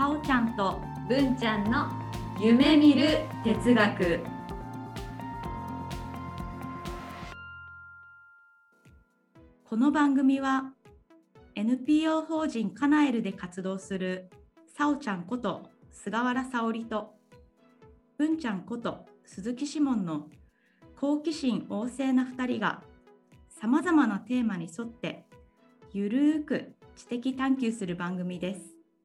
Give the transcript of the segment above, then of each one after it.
さおちゃんと文ちゃんの夢見る哲学。 この番組は NPO 法人カナエルで活動するさおちゃんこと菅原さおりと文ちゃんこと鈴木志門の好奇心旺盛な2人がさまざまなテーマに沿ってゆるーく知的探求する番組です。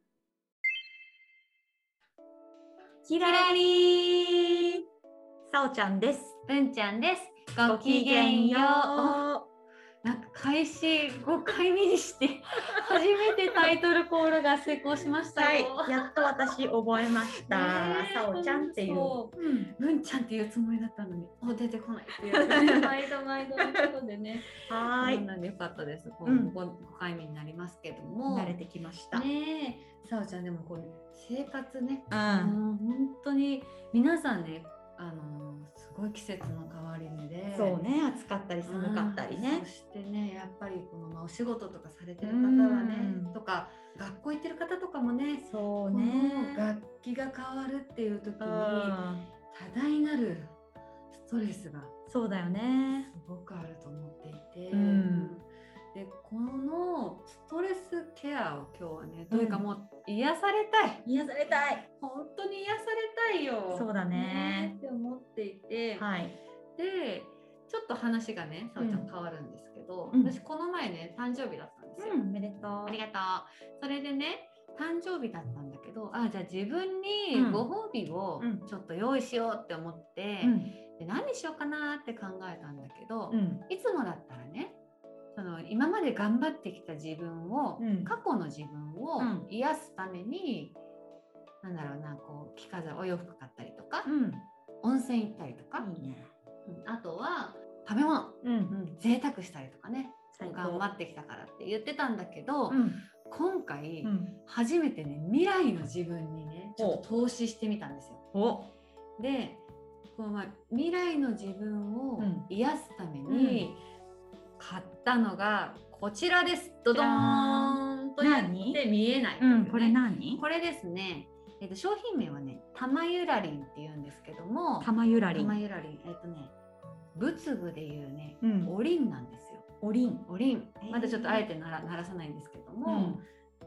キラリー、さおちゃんです。 文ちゃんです。 ごきげんよう。 なんか開始5回目にして初めてタイトルコールが成功しましたよ。 はい、やっと私覚えました。さおちゃんっていう。 文ちゃんっていうつもりだったのに、出てこないっていう、毎度毎度のことでね。 はい。 なんでよかったです。5回目になりますけども。 慣れてきました。 ねえ、さおちゃんでもこう生活ね、 本当に皆さんね、すごい季節の変わり目で、 そうね、暑かったり寒かったりね。 そしてね、やっぱりこのお仕事とかされてる方はね、とか学校行ってる方とかもね、 そうね、 楽器が変わるっていう時に多大なるストレスがそうだよね、 すごくあると思っていて、でこのストレスケアを今日はね、というかもう癒されたい、本当に癒されたいよ。 そうだねって思っていて、 はい。 でちょっと話がね、さおちゃん変わるんですけど、私この前ね誕生日だったんですよ。 おめでとう。 ありがとう。それでね、誕生日だったんだけど、じゃあ自分にご褒美をちょっと用意しようって思って、で何しようかなって考えたんだけど、いつもだったらね、今まで頑張ってきた自分を、過去の自分を癒すために、なんだろうな、こう着飾るお洋服買ったりとか、温泉行ったりとか、あとは食べ物、贅沢したりとかね、頑張ってきたからって言ってたんだけど、今回、初めてね、未来の自分にねちょっと投資してみたんですよ。で未来の自分を癒すために買ったのがこちらです。ドドーンとやって見えない、 これ何？ これですね、商品名はね、玉ゆらりんっていうんですけども、 玉ゆらりん、 仏具でいうね、おりんなんですよ。おりん、まだちょっとあえて鳴らさないんですけども、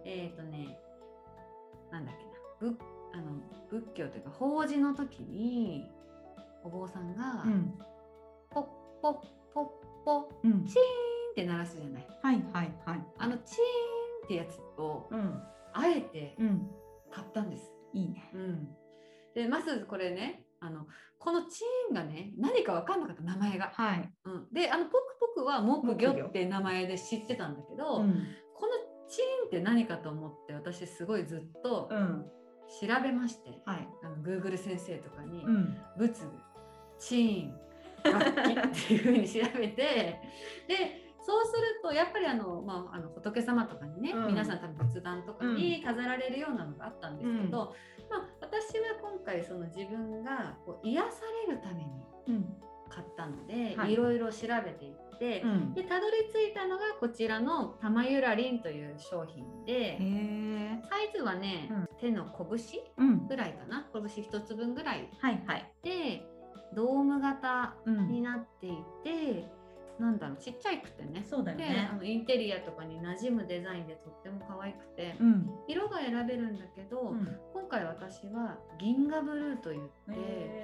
なんだっけな、仏教というか法事の時にお坊さんが、ポッポッポッポ、チーンって鳴らすじゃない。チーンってやつを、あえて買ったんです。 いいね。 でまずこれね、このチーンがね、何か分かんなかった、名前が。でポクポクは木魚って名前で知ってたんだけど、このチーンって何かと思って、私すごいずっと調べまして、Google 先生とかに、仏具、チーン、楽器っていう風に調べてでそうするとやっぱり仏様とかにね、皆さん多分仏壇とかに飾られるようなのがあったんですけど、私は今回その自分がこう癒されるために買ったので、いろいろ調べていって、でたどり着いたのがこちらの玉ゆらりんという商品で、サイズはね、手の拳ぐらいかな、拳一つ分ぐらいで、ドーム型になっていて、なんだろう、ちっちゃいくてね、 そうだよね。 でインテリアとかに馴染むデザインでとっても可愛くて、色が選べるんだけど、今回私は銀河ブルーといって、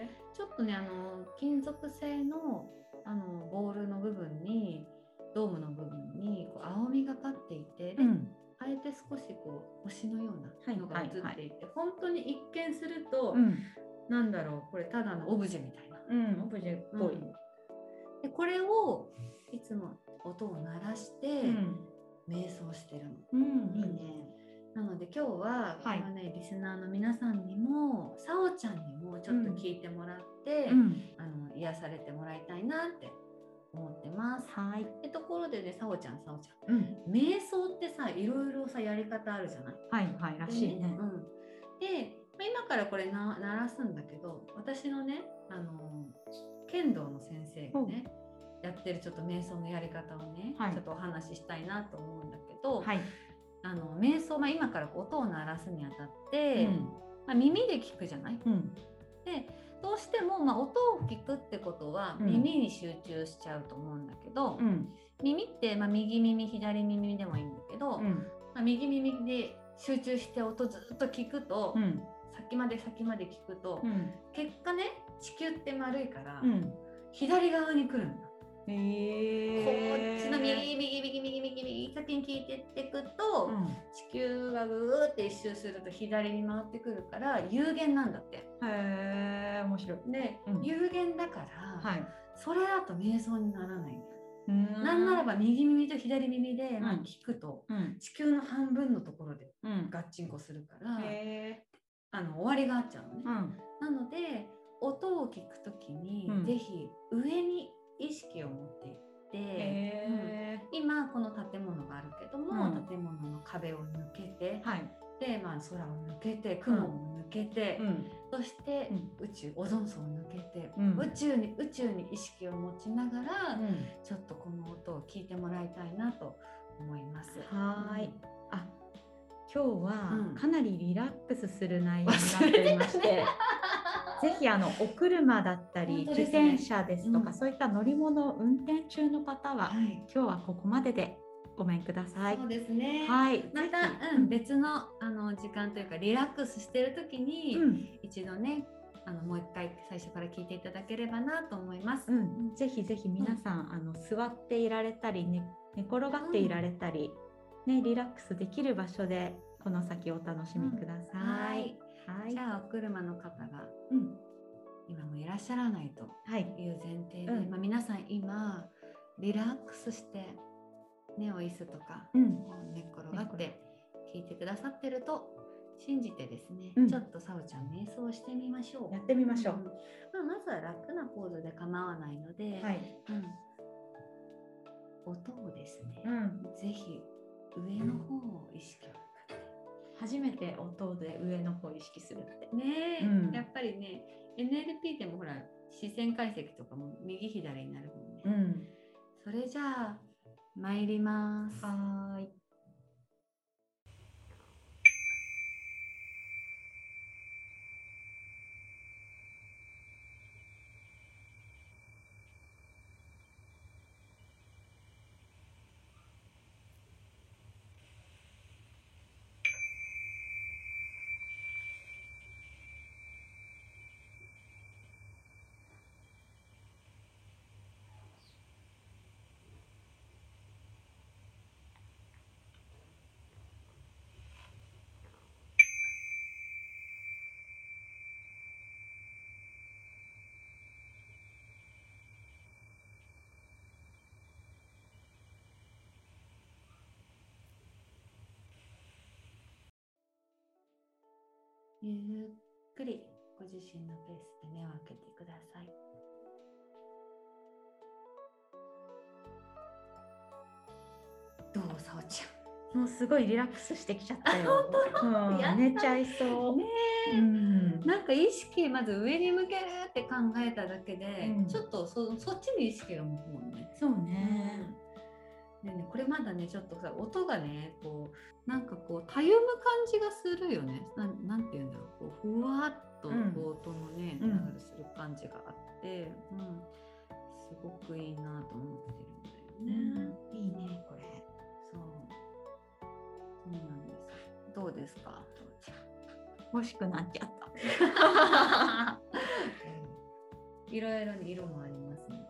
ちょっとね、金属製のボールの部分に、ドームの部分にこう青みがかっていて、であえて少しこう星のようなのが映っていて、本当に一見すると、なんだろう、これただのオブジェみたいな、 オブジェっぽい。 でこれをいつも音を鳴らして瞑想してるの。いいね。なので今日はこのね、リスナーの皆さんにも、さおちゃんにもちょっと聞いてもらって、癒されてもらいたいなって思ってます。でところでね、さおちゃん、瞑想ってさ、いろいろさやり方あるじゃない？ らしいね。 で今からこれ鳴らすんだけど、私のね、剣道の先生がね、やってるちょっと瞑想のやり方をね、ちょっとお話ししたいなと思うんだけど、 瞑想、今から音を鳴らすにあたって、耳で聞くじゃない、でどうしても、音を聞くってことは耳に集中しちゃうと思うんだけど、耳って、右耳左耳でもいいんだけど、右耳で集中して音ずっと聞くと、先まで聞くと、結果ね地球って丸いから、左側に来るんだ。こっちの右先に聞いてっていくと、地球がぐーって一周すると左に回ってくるから有限なんだって。 へー、面白い。 で、有限だから、それだと瞑想にならないんだよ。なんならば右耳と左耳で聞くと、地球の半分のところでガッチンコするから、終わりがあっちゃうのね。なので音を聞くときに、ぜひ上に意識を持っていって、今この建物があるけども、建物の壁を抜けて、で、空を抜けて雲を抜けて、そして宇宙、オゾン層を抜けて、宇宙に意識を持ちながら、ちょっとこの音を聞いてもらいたいなと思います。 今日はかなりリラックスする内容になっていまして、ぜひお車だったり、自転車ですとか、そういった乗り物を運転中の方は、今日はここまででごめんください。 そうですね。また、別の時間というかリラックスしている時に、一度ねもう一回最初から聞いていただければなと思います。 ぜひぜひ皆さん、座っていられたり、寝転がっていられたり、リラックスできる場所でこの先お楽しみください。 じゃあお車の方が今もいらっしゃらないという前提で、皆さん今リラックスしてお椅子とか、寝っ転がって聞いてくださってると信じてですね、ちょっとさおちゃん瞑想してみましょう。 やってみましょう。 まずは楽なポーズで構わないので、音をですね、ぜひ上の方を意識を。 初めて音で上の方を意識するってね、やっぱりね NLP でもほら視線解析とかも右左になるもんね。それじゃあ参ります。ゆっくりご自身のペースで目を開けてください。どうさおちゃん。 もうすごいリラックスしてきちゃったよ。寝ちゃいそうね。 なんか意識まず上に向けるって考えただけで、ちょっとそっちに意識が向くもんね。 そうね。 これまだねちょっとさ音がねこうなんかこうたゆむ感じがするよね。なんていうんだろう、こうふわっと音のね、する感じがあって、すごくいいなと思ってるんだよね。 いいねこれ。 そうなんです。どうですか？ 欲しくなっちゃった。 いろいろに色もありますね。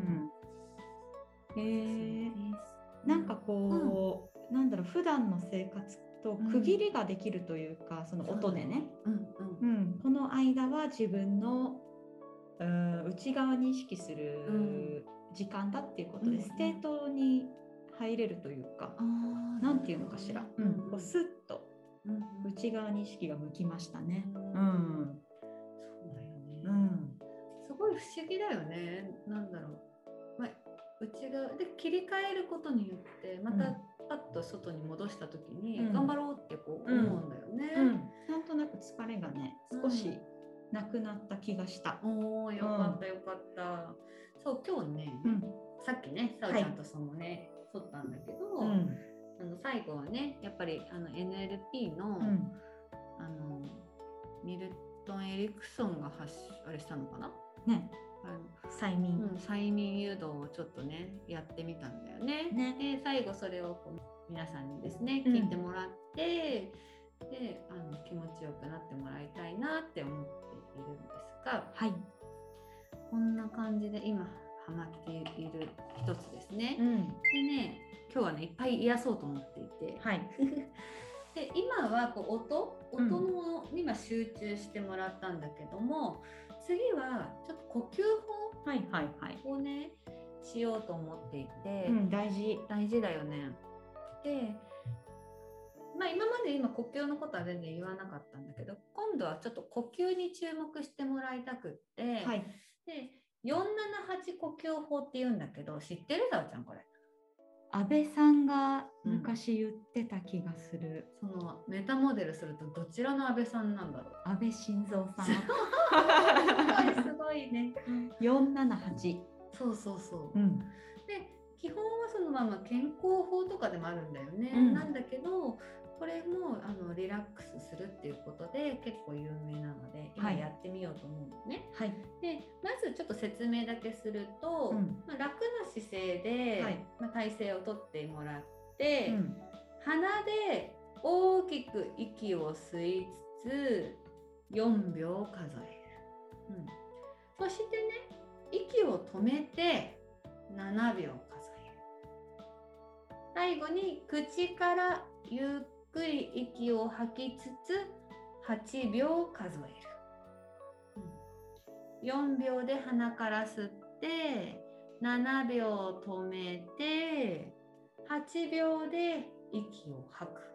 なんかこう、なんだろう、普段の生活と区切りができるというか、その音でね、この間は自分の内側に意識する時間だっていうことで、ステートに入れるというか、なんていうのかしら、こうスッと内側に意識が向きましたね。 そうだよね。すごい不思議だよね。なんだろう。内側で切り替えることによってまたパッと外に戻した時に頑張ろうってこう思うんだよね。 なんとなく疲れがね少しなくなった気がした。 よかったよかった。そう今日ね、さっきねさおちゃんとそのね撮ったんだけど、 最後はねやっぱりNLP の、ミルトン・エリクソンがあれしたのかなね、催眠誘導をちょっとねやってみたんだよね。で最後それを皆さんにですね聞いてもらって、で気持ちよくなってもらいたいなって思っているんですが、はい、こんな感じで今ハマっている一つですね。でね今日はねいっぱい癒そうと思っていて、はい、で今は音の今集中してもらったんだけども、次はちょっと呼吸法をね、しようと思っていて、大事だよね。で、今まで呼吸のことは全然言わなかったんだけど、今度はちょっと呼吸に注目してもらいたくって、はい、で478呼吸法って言うんだけど、知ってる？さおちゃんこれ。 安倍さんが昔言ってた気がする。 そのメタモデルするとどちらの安倍さんなんだろう。 安倍晋三さん。 すごいね。 478。 そうそうそう。で基本はそのまま健康法とかでもあるんだよね。なんだけどこれもリラックスするっていうことで結構有名なので今やってみようと思うのね。はい、でまずちょっと説明だけすると、楽な姿勢で、体勢をとってもらって、鼻で大きく息を吸いつつ4秒数える。そしてね息を止めて7秒数える。最後に口からゆっくり息を吐きつつ8秒数える。4秒で鼻から吸って7秒止めて8秒で息を吐く。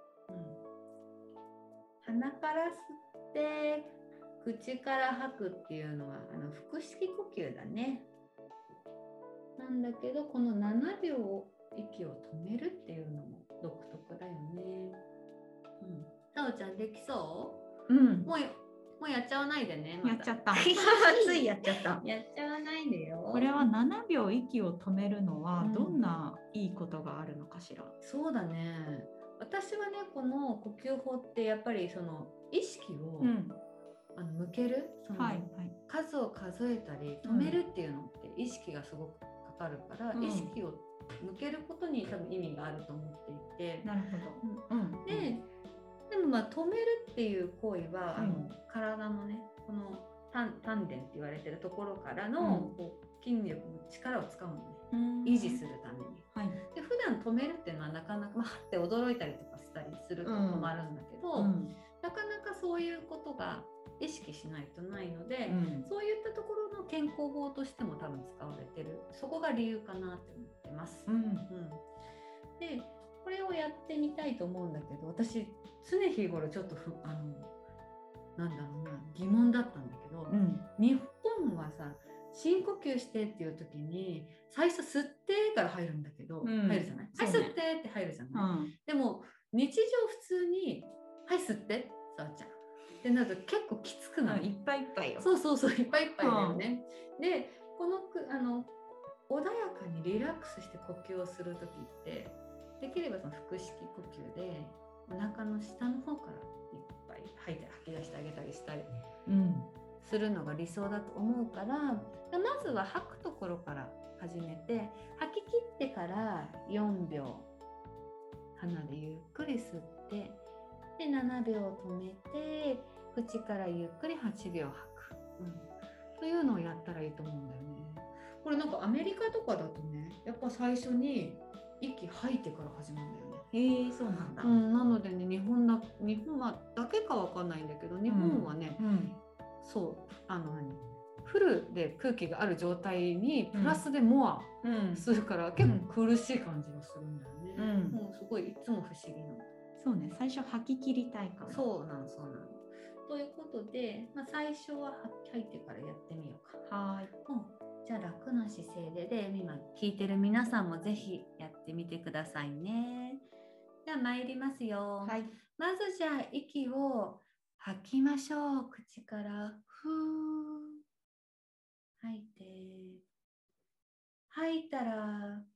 鼻から吸って口から吐くっていうのは腹式呼吸だね。なんだけどこの7秒息を止めるっていうのも独特だよね。さおちゃんできそう？もうやっちゃわないでね。 やっちゃった。ついやっちゃった。 やっちゃわないでよ。 これは7秒息を止めるのはどんないいことがあるのかしら？ そうだね。私はねこの呼吸法ってやっぱりその意識を、向けるその、数を数えたり止めるっていうのって意識がすごくかかるから、意識を向けることに多分意味があると思っていて。 なるほど。 でも止めるっていう行為は、体のねこの丹田って言われてるところからの、筋力の力を使うのね、維持するために。で普段止めるっていうのはなかなかって驚いたりとかしたりすることもあるんだけど、なかなかそういうことが意識しないとないので、そういったところの健康法としても多分使われてる、そこが理由かなって思ってます。でこれをやってみたいと思うんだけど、私常日頃ちょっとなんだろうな疑問だったんだけど、日本はさ深呼吸してっていう時に最初吸ってから入るんだけど、入るじゃない、はい吸ってって入るじゃない、でも日常普通にはい吸ってさあちゃんってなると結構きつくなる、 いっぱいいっぱいよ。 そういっぱいいっぱいだよね。でこの穏やかにリラックスして呼吸をする時ってできればその腹式呼吸でお腹の下の方からいっぱい吐いて吐き出してあげたりしたりするのが理想だと思うから、まずは吐くところから始めて、吐き切ってから4秒鼻でゆっくり吸ってで7秒止めて口からゆっくり8秒吐く、というのをやったらいいと思うんだよね。これなんかアメリカとかだとねやっぱ最初に息吐いてから始まるんだよね。 そうなんだ。 なのでね日本だけかわかんないんだけど、日本はね、そうフルで空気がある状態にプラスでモアするから、結構苦しい感じがするんだよね。もうすごいいつも不思議なの。 そうね、最初吐き切りたいかも。 そうなの。ということで、最初は吐いてからやってみようか。はい。じゃあ楽な姿勢で今聞いてる皆さんもぜひやってみてくださいね。じゃあ参りますよ。まずじゃあ息を吐きましょう。口からふー吐いて、吐いたら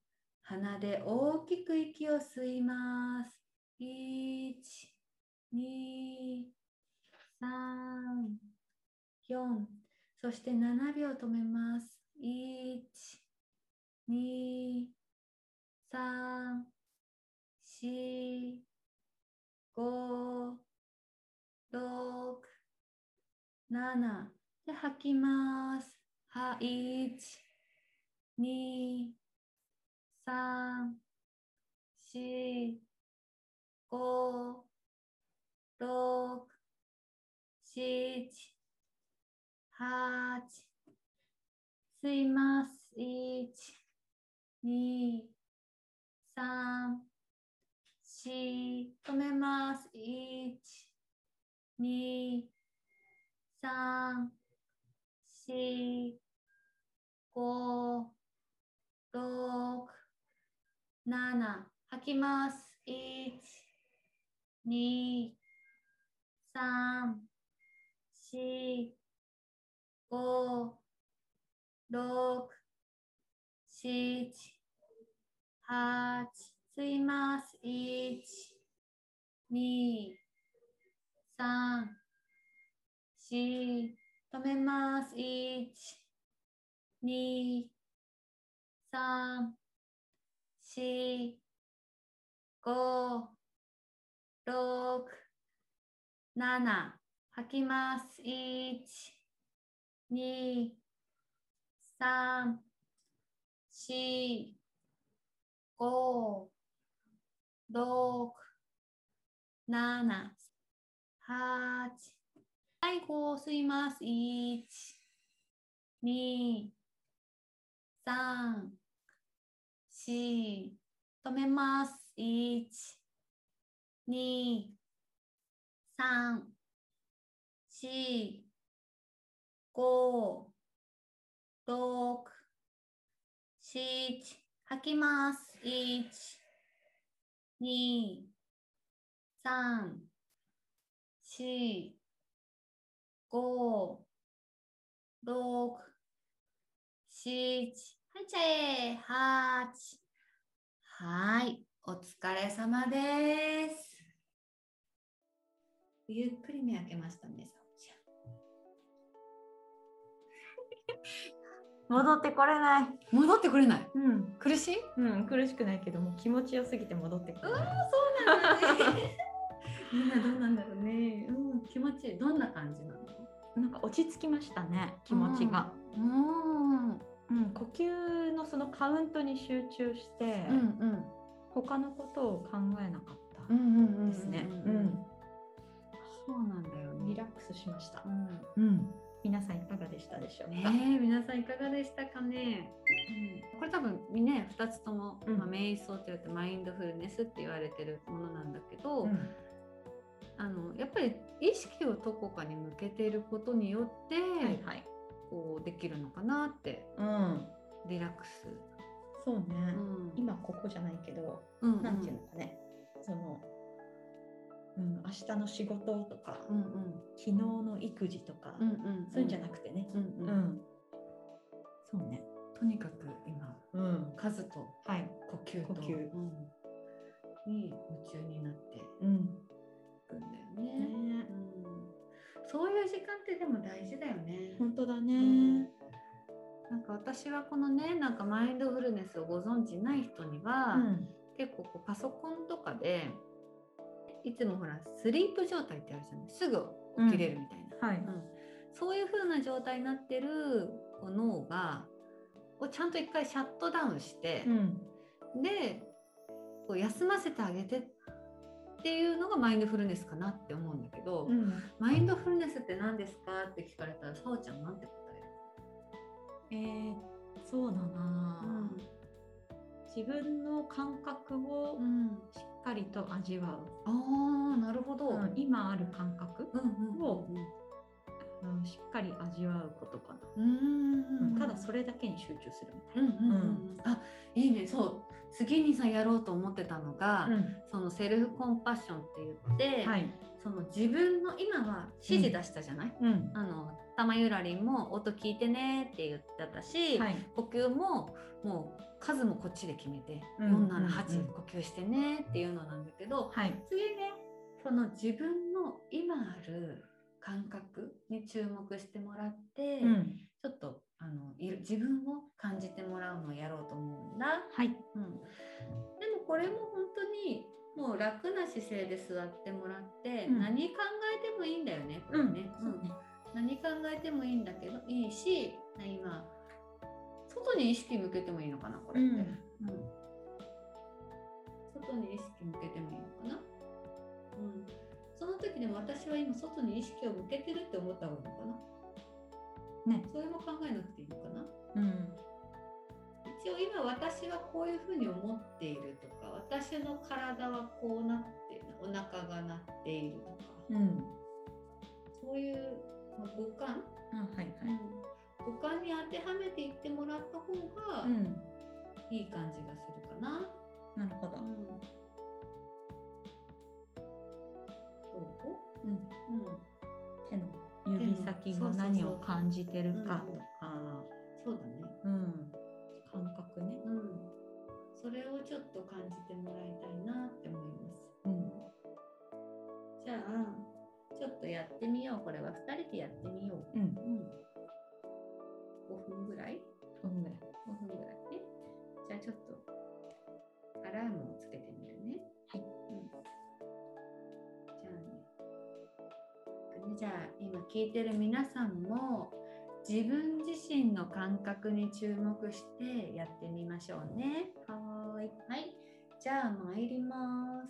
鼻で大きく息を吸います。1、2、3、4。そして7秒止めます。1、2、3、4、5、6、7。で、吐きます。1、2、3、4、5、6、7、8。吸います。1、2、3、4。止めます。1、2、3、4、5、6、7。吐きます。1、2、3、4、5、6、7、8。吸います。1、2、3、4。止めます。1、2、3、4、5、6、7。吐きます。1、2、3、4、5、6、7、8。最後、吸います。1、2、3、4。止めます。1、2、3、4、5、6、7。吐きます。1、2、3、4、5、6、7。吐いちゃえ。8。はい。お疲れ様です。ゆっくり目開けましたね、さおちゃん。戻ってこれない。 戻ってこれない。 うん。 苦しい？ 苦しくないけども気持ちよすぎて戻ってこれない。 そうなんだね。みんなどうなんだろうね。気持ちいい。どんな感じなの？ なんか落ち着きましたね、気持ちが。呼吸のそのカウントに集中して、他のことを考えなかったですね。 そうなんだよね。 リラックスしました。皆さんいかがでしたでしょうか？ 皆さんいかがでしたかね。これ多分ね、2つとも、瞑想というとマインドフルネスって言われてるものなんだけど、やっぱり意識をどこかに向けていることによって、こうできるのかなって、リラックス。 そうね、今ここじゃないけど、なんていうのかね、その明日の仕事とか、昨日の育児とか、そういうんじゃなくてね、そうね、 とにかく今、数と呼吸と、に夢中になっていくんだよね。そういう時間ってでも大事だよね。 本当だね。 なんか私はこのね、なんかマインドフルネスをご存知ない人には、結構こうパソコンとかでいつもほらスリープ状態ってあるじゃない、すぐ起きれるみたいな、そういう風な状態になってるこう脳がこうちゃんと一回シャットダウンして、でこう休ませてあげてっていうのがマインドフルネスかなって思うんだけど、マインドフルネスって何ですかって聞かれたらさおちゃんなんて答える？ そうだな、自分の感覚をしっかりと味わう。 なるほど。 今ある感覚をしっかり味わうことかな。ただそれだけに集中するみたいな。 いいね。そう次にさやろうと思ってたのが、そのセルフコンパッションって言って、その自分の今は指示出したじゃない、玉ゆらりんも音聞いてねって言ってたし、呼吸ももう数もこっちで決めて、478呼吸してねっていうのなんだけど、次ねその自分の今ある感覚に注目してもらって、ちょっと自分を感じてもらうのをやろうと思うんだ。でもこれも本当にもう楽な姿勢で座ってもらって、何考えてもいいんだよね、これね。何考えてもいいんだけどいいし、今外に意識向けてもいいのかな、これって。外に意識向けてもいいのかな。その時でも私は今外に意識を向けてるって思った方がいいのかな。それも考えなくていいのかな。一応今私はこういうふうに思っているとか、私の体はこうなっている、お腹が鳴っているとか、そういう五感、五感に当てはめていってもらった方がいい感じがするかな。 なるほど。手の指先が何を感じてるかとか、 そうだね。 感覚ね。 それをちょっと感じてもらいたいなって思います。じゃあちょっとやってみよう。これは2人でやってみよう。5分ぐらい5分ぐらいね。じゃあちょっとアラームをつけてみるね。じゃあ今聞いてる皆さんも自分自身の感覚に注目してやってみましょうね。はい。じゃあ参ります。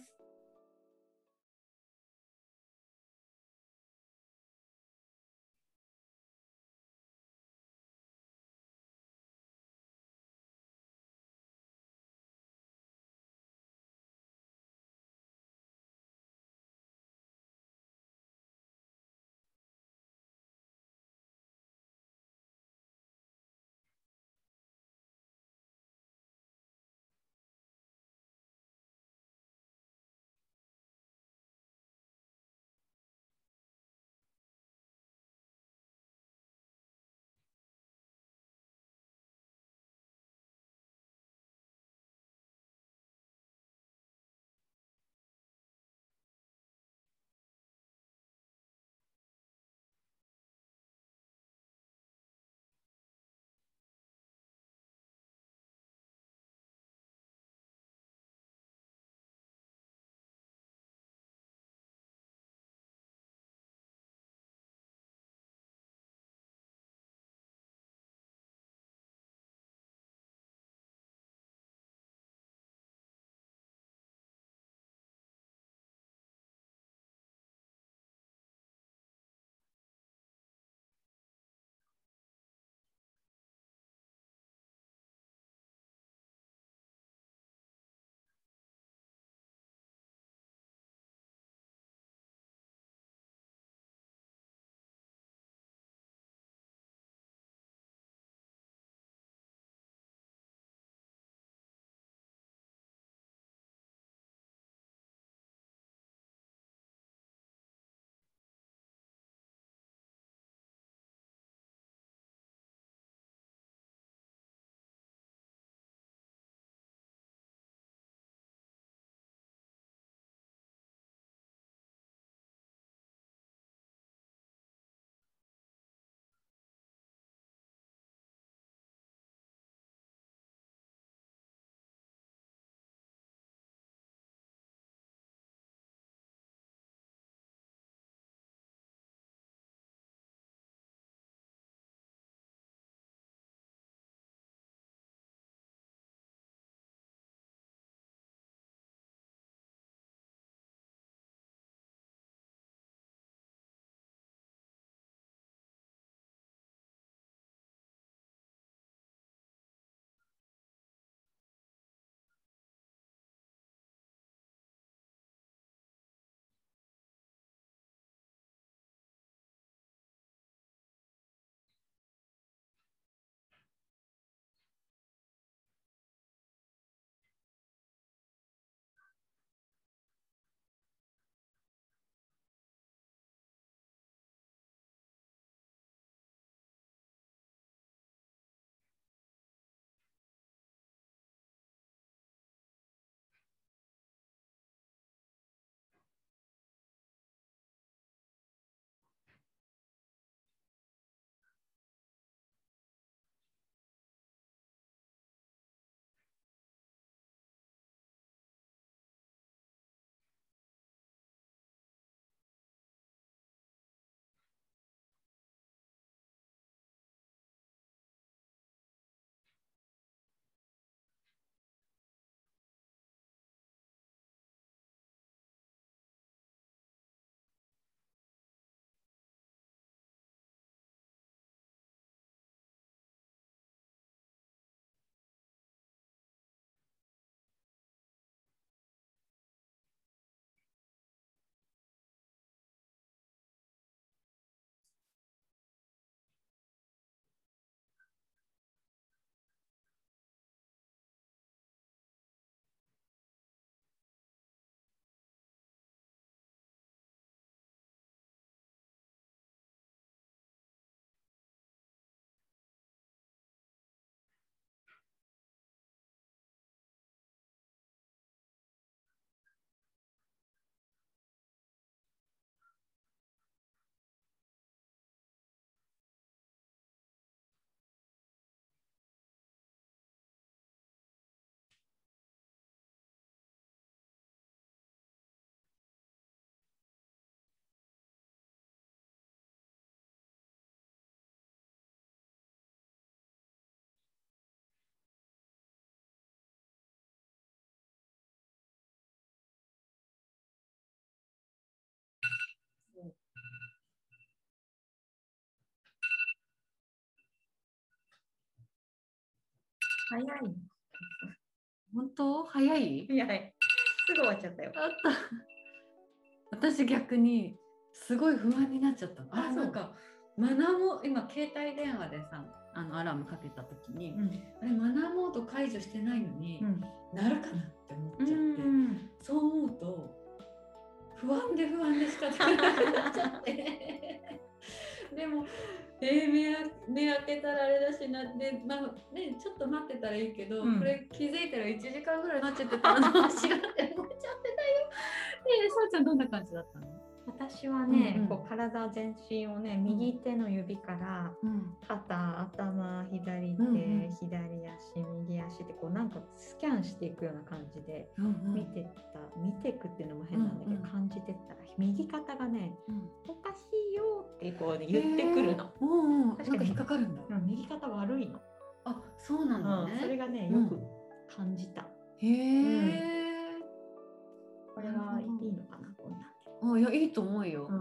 早い。 本当早い？ 早い。すぐ終わっちゃったよ。 私逆にすごい不安になっちゃったの。なんかマナーも今携帯電話でさアラームかけた時に、あれマナーモード解除してないのに、なるかなって思っちゃって、そう思うと不安で仕方なくなっちゃってでも、目開けたらあれだしなって、ちょっと待ってたらいいけど、これ気づいたら1時間ぐらいになっちゃってたらどうしようって思っちゃってたよ。さおちゃんどんな感じだったの？ 私はね、こう体全身をね、右手の指から肩、頭、左手、左足、右足ってこうなんかスキャンしていくような感じで見ていくっていうのも変なんだけど、感じてったら右肩がね、おかしいよってこう、ね、言ってくるの。 確かに引っかかるんだ。 右肩悪いの。 あ、そうなんだね。 それがね、よく感じた。 へえ。 これはいいのかな、こんなんで。いや、いいと思うよ。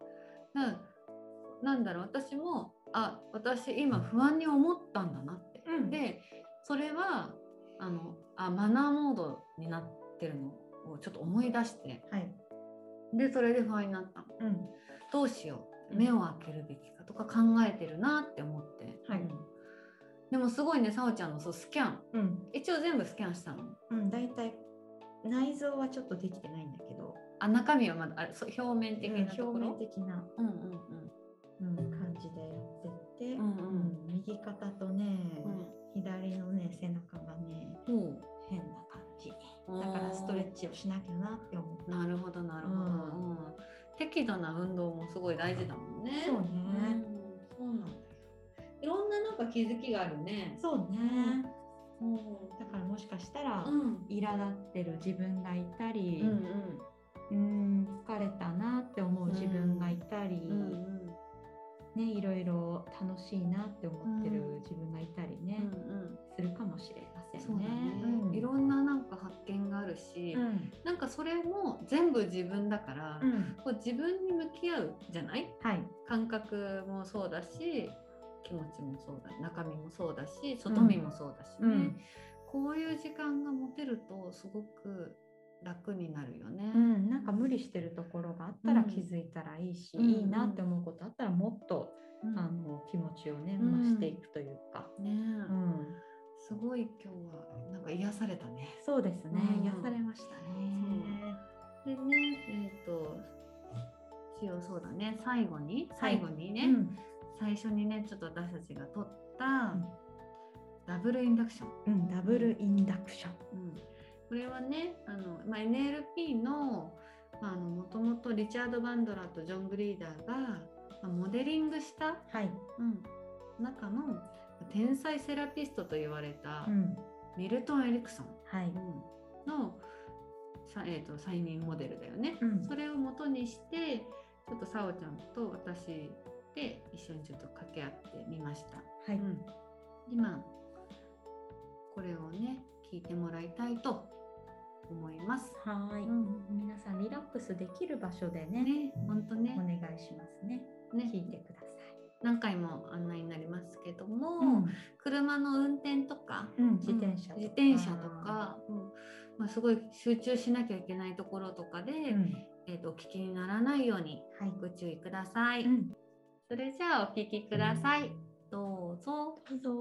なんだろう、私も私今不安に思ったんだなって。で、それはマナーモードになってるのをちょっと思い出して、でそれで不安になったの。どうしよう、目を開けるべきかとか考えてるなって思って。でもすごいね、さおちゃんのスキャン、一応全部スキャンしたの。 だいたい内臓はちょっとできてないんだけど、 中身はまだ表面的なところ、 表面的な感じでやってって、右肩とね、左のね背中がね、変な感じだからストレッチをしなきゃなって思う。 なるほどなるほど。適度な運動もすごい大事だもんね。 そうね。 そうなんだよ。いろんななんか気づきがあるね。 そうね。だからもしかしたら苛立ってる自分がいたり、疲れたなって思う自分がいたり、ね、いろいろ楽しいなって思ってる自分がいたりね、するかもしれませんね。 いろんななんか発見があるし、なんかそれも全部自分だから、こう自分に向き合うじゃない？感覚もそうだし、気持ちもそうだ、中身もそうだし、外見もそうだしね、こういう時間が持てるとすごく楽になるよね。 なんか無理してるところがあったら気づいたらいいし、いいなって思うことあったらもっと、気持ちをね増していくというか、 すごい今日はなんか癒されたね。 そうですね、癒されましたね。 でね、一応そうだね、最後にね、最初にねちょっと私たちが取ったダブルインダクション。 ダブルインダクション。 これはね、NLP のもともとリチャード・バンドラーとジョン・グリーダーがモデリングした、中の天才セラピストと言われたミルトン・エリクソンの、催眠モデルだよね。それを元にしてちょっとさおちゃんと私で一緒にちょっと掛け合ってみました。今これをね聞いてもらいたいと思います。 皆さんリラックスできる場所でね、 本当ね、 お願いしますね。聞いてください。 何回も案内になりますけども、車の運転とか、自転車とか、すごい集中しなきゃいけないところとかで、お聞きにならないようにご注意ください。それじゃあお聞きください。どうぞ。 どうぞ。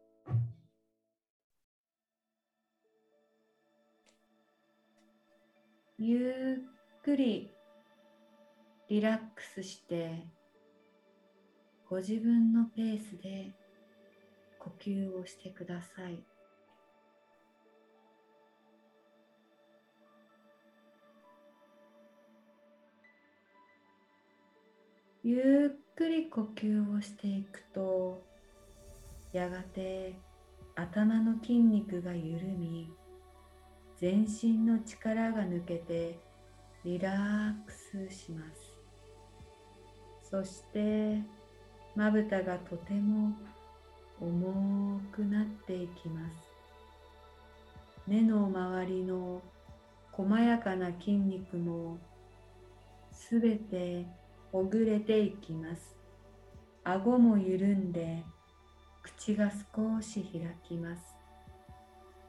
ゆっくりリラックスしてご自分のペースで呼吸をしてください。ゆっくり呼吸をしていくと、やがて頭の筋肉が緩み、全身の力が抜けてリラックスします。そしてまぶたがとても重くなっていきます。目の周りの細やかな筋肉もすべてほぐれていきます。顎も緩んで口が少し開きます。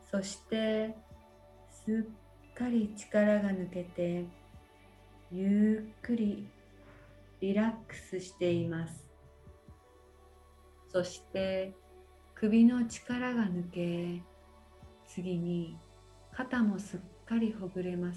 そしてすっかり力が抜けてゆっくりリラックスしています。そして首の力が抜け、次に肩もすっかりほぐれます。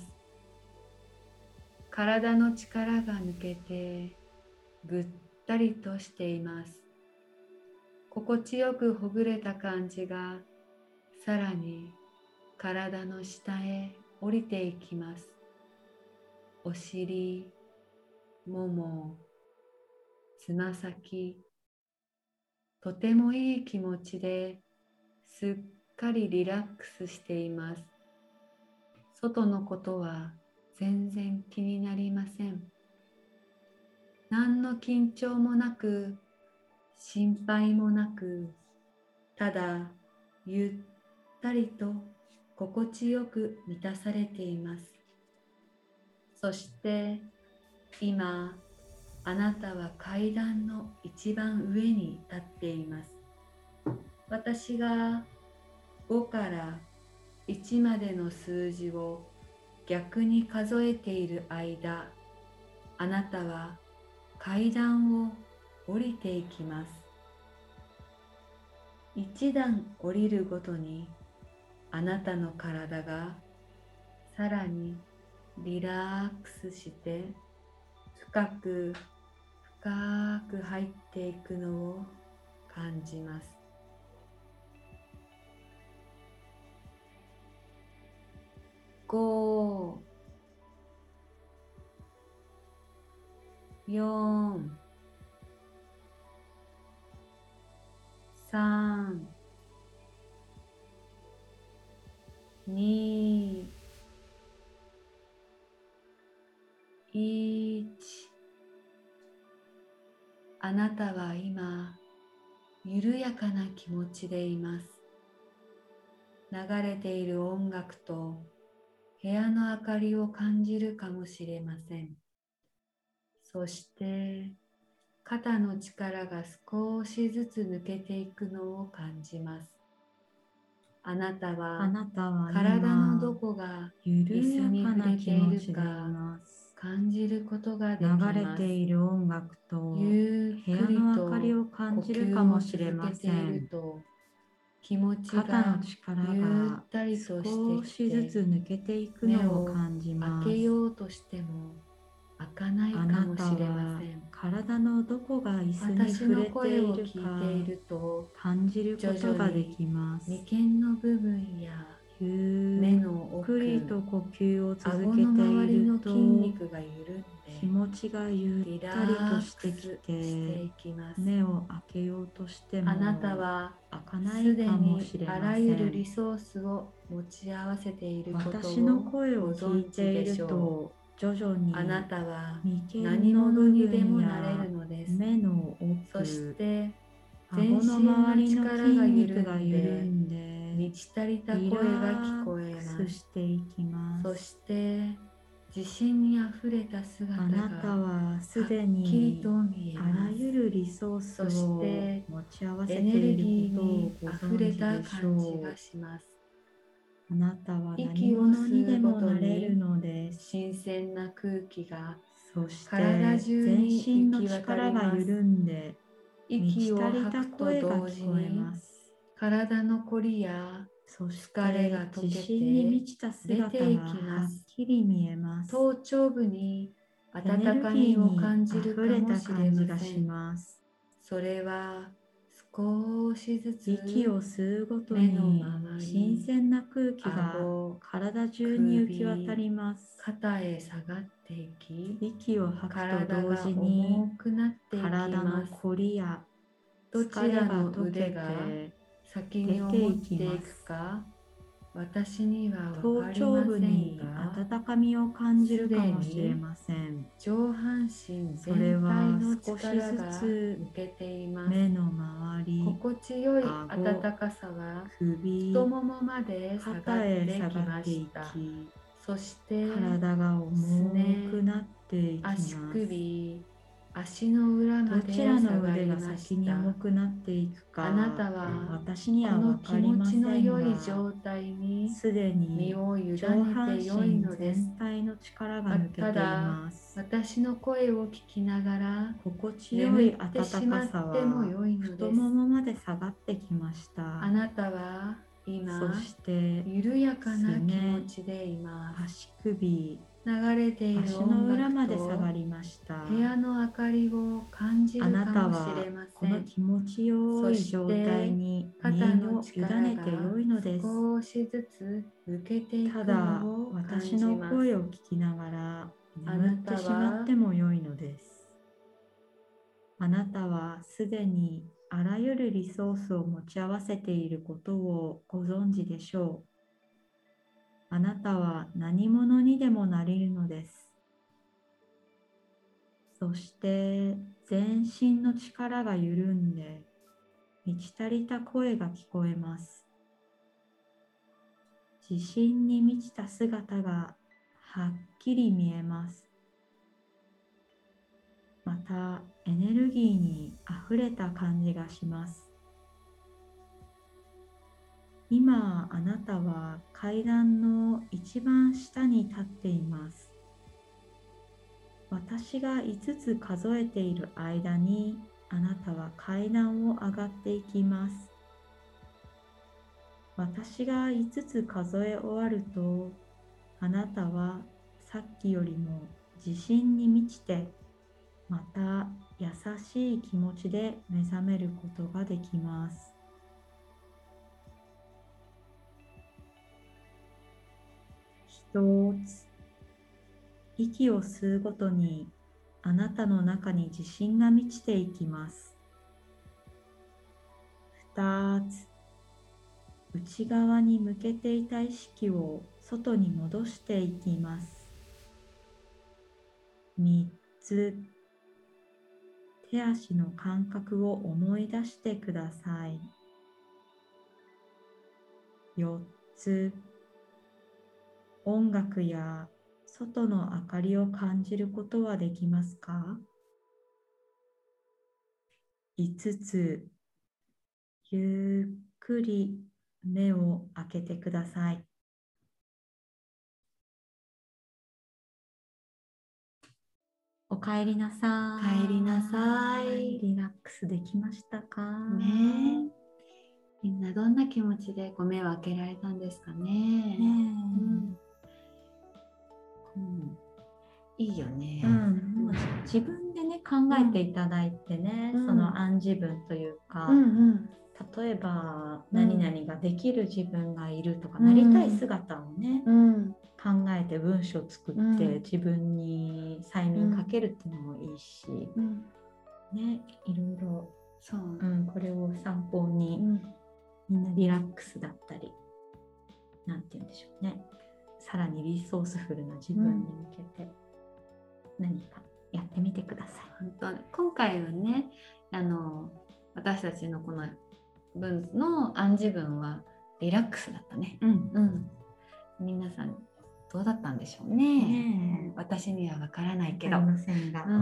体の力が抜けてぐったりとしています。心地よくほぐれた感じがさらに体の下へ降りていきます。お尻、もも、つま先、とてもいい気持ちですっかりリラックスしています。外のことは全然気になりません。何の緊張もなく、心配もなく、ただゆったりと心地よく満たされています。そして今、あなたは階段の一番上に立っています。私が5から1までの数字を逆に数えている間、あなたは階段を降りていきます。1段降りるごとにあなたの体がさらにリラックスして深く深く入っていくのを感じます。5、4、3、2、1。あなたは今、緩やかな気持ちでいます。流れている音楽と部屋の明かりを感じるかもしれません。そして肩の力が少しずつ抜けていくのを感じます。あなたは体のどこが椅子に触れているか感じることができます。 流れている音楽とゆっくりと部屋の明かりを感じるかもしれません。 気持ちが肩の力ゆがったりと少してきしずつて、 抜けていくのを感じ開ます。 けようとしても開かないかあなもしれません。 体のどこが椅子に私触れての声をいる聞いていると、 か感じることができます。 眉間の部分や目ゆの奥、 っくりと呼吸を続顎けての周りいるとの筋肉が緩んで気持ちがゆリラったりとックしてきスしてていきます。 目を開けようとしてもあなたは開かないすでかもにしれまあらゆせん。 るリソースを持ち合わせていることを私の声をご聞い存知ているでしょと徐々にう。あなたは眉何間の部者にでも分なれやるのです。 目のそし奥、 て顎の全身の周りの筋力が緩肉がん緩でんで満ち足りたリラ声が聞こえックます。 スしていきまそす。 して自信にあふれた姿あなたがはすではっきりにと見えあます。 らゆるリソースそしをて持ち合わせエネルているギーことをにごあふれ存知たでし感じょう。 がします。 あなたは何息を者に吸うごでもなれとにるのです。 新鮮な空気がそして体中全に身の行き渡力がります。 緩んで満息をち足りた吐くと声が同時聞こえにます。 体のこりやそし疲れがて溶け自信にて満ちた出姿がていきまはっす。 きり見えます。 頭頂部にエネル温かみギーにを感じあふれるかもた感しれまじがしせん。 ます。 それは少しずつ息を吸うごと目のに周り、 新鮮な空気が顎、 体中に行き渡ります。 肩へ下がっていき、 息を吐くと体が同時に重くなっていき体のます。 こりやどちらの疲れ腕がが溶けて先に思っていくか、私には分頭かりま頂部せんにが、 温かみを感じるかもしれません。 上半身それ全体はの少しず力がつ抜けています。 目の周り、 心地よい顎、 温かさが首、 太ももまで下が肩ってきへ下がっていました。 き、 そして体が重くなっていきま足す。 首、 足の裏までどちらの下が腕がりました。 先に重くなっていくか、 あなたは私にはこの分かりませんが、 気持ちの良い状態にすでに身を委ね上半て良い身のです。 全体の力が抜けています。 私の声を聞きながら心地よい眠ってし暖まかさってもは良いのです。 太ももまで下がってきました。 あなたは今、 そして緩やかな気持ちでいます。 足首、 流れている足の裏音まで下楽とがりました。 部屋の明かりを感じあるかなたはもしれまこせん。 の気持ちよい状態に身肩のを委力ねて良いのです。 少しずつ抜けていくただのを感じ私のます。 声を聞きながら眠ってしまっても良いのです。あなたはすでにあらゆるリソースを持ち合わせていることをご存知でしょう。あなたは何者にでもなれるのです。そして全身の力が緩んで満ち足りた声が聞こえます。自信に満ちた姿がはっきり見えます。またエネルギーにあふれた感じがします。今あなたは階段の一番下に立っています。私が5つ数えている間にあなたは階段を上がっていきます。私が5つ数え終わるとあなたはさっきよりも自信に満ちてまた優しい気持ちで目覚めることができます。1つ、息を吸うごとにあなたの中に自信が満ちていきます。2つ、内側に向けていた意識を外に戻していきます。3つ、手足の感覚を思い出してください。4つ、音楽や外の明かりを感じることはできますか？ 5 つ、ゆっくり目を開けてください。おかえりなさい。 帰りなさい。 リラックスできましたかねえ。みんなどんな気持ちで目を開けられたんですかね。いいよね。 もう自分でね考えていただいてね、その暗示文というか、例えば何々ができる自分がいるとか、なりたい姿をね、考えて文章を作って自分に催眠かけるっていうのもいいし、ね、いろいろそう、これを参考に、みんなリラックスだったりなんて言うんでしょうね、さらにリソースフルな自分に向けて何かやってみてください。 本当に今回はね、私たちのこの文の暗示文はリラックスだったね。皆さんどうだったんでしょうね。私にはわからないけど。 わかりませんが。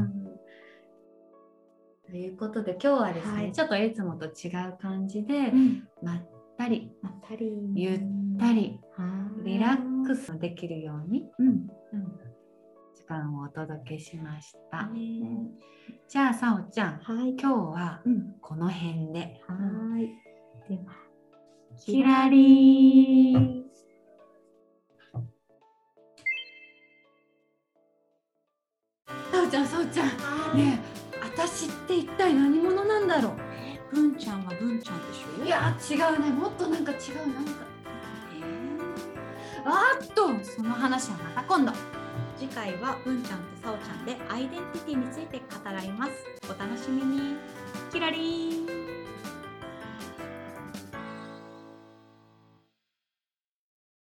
ということで今日はですね、ちょっといつもと違う感じで、まったりゆったりリラックスできるように、時間をお届けしました。じゃあさおちゃん、今日はこの辺で。 ではキラリー。さおちゃん、ねえ、私って一体何者なんだろう。 文ちゃんは文ちゃんでしょ。 いや違うね、もっとなんか違う、何か。その話はまた今度。 次回は文ちゃんとさおちゃんでアイデンティティについて語らいます。お楽しみに。キラリー。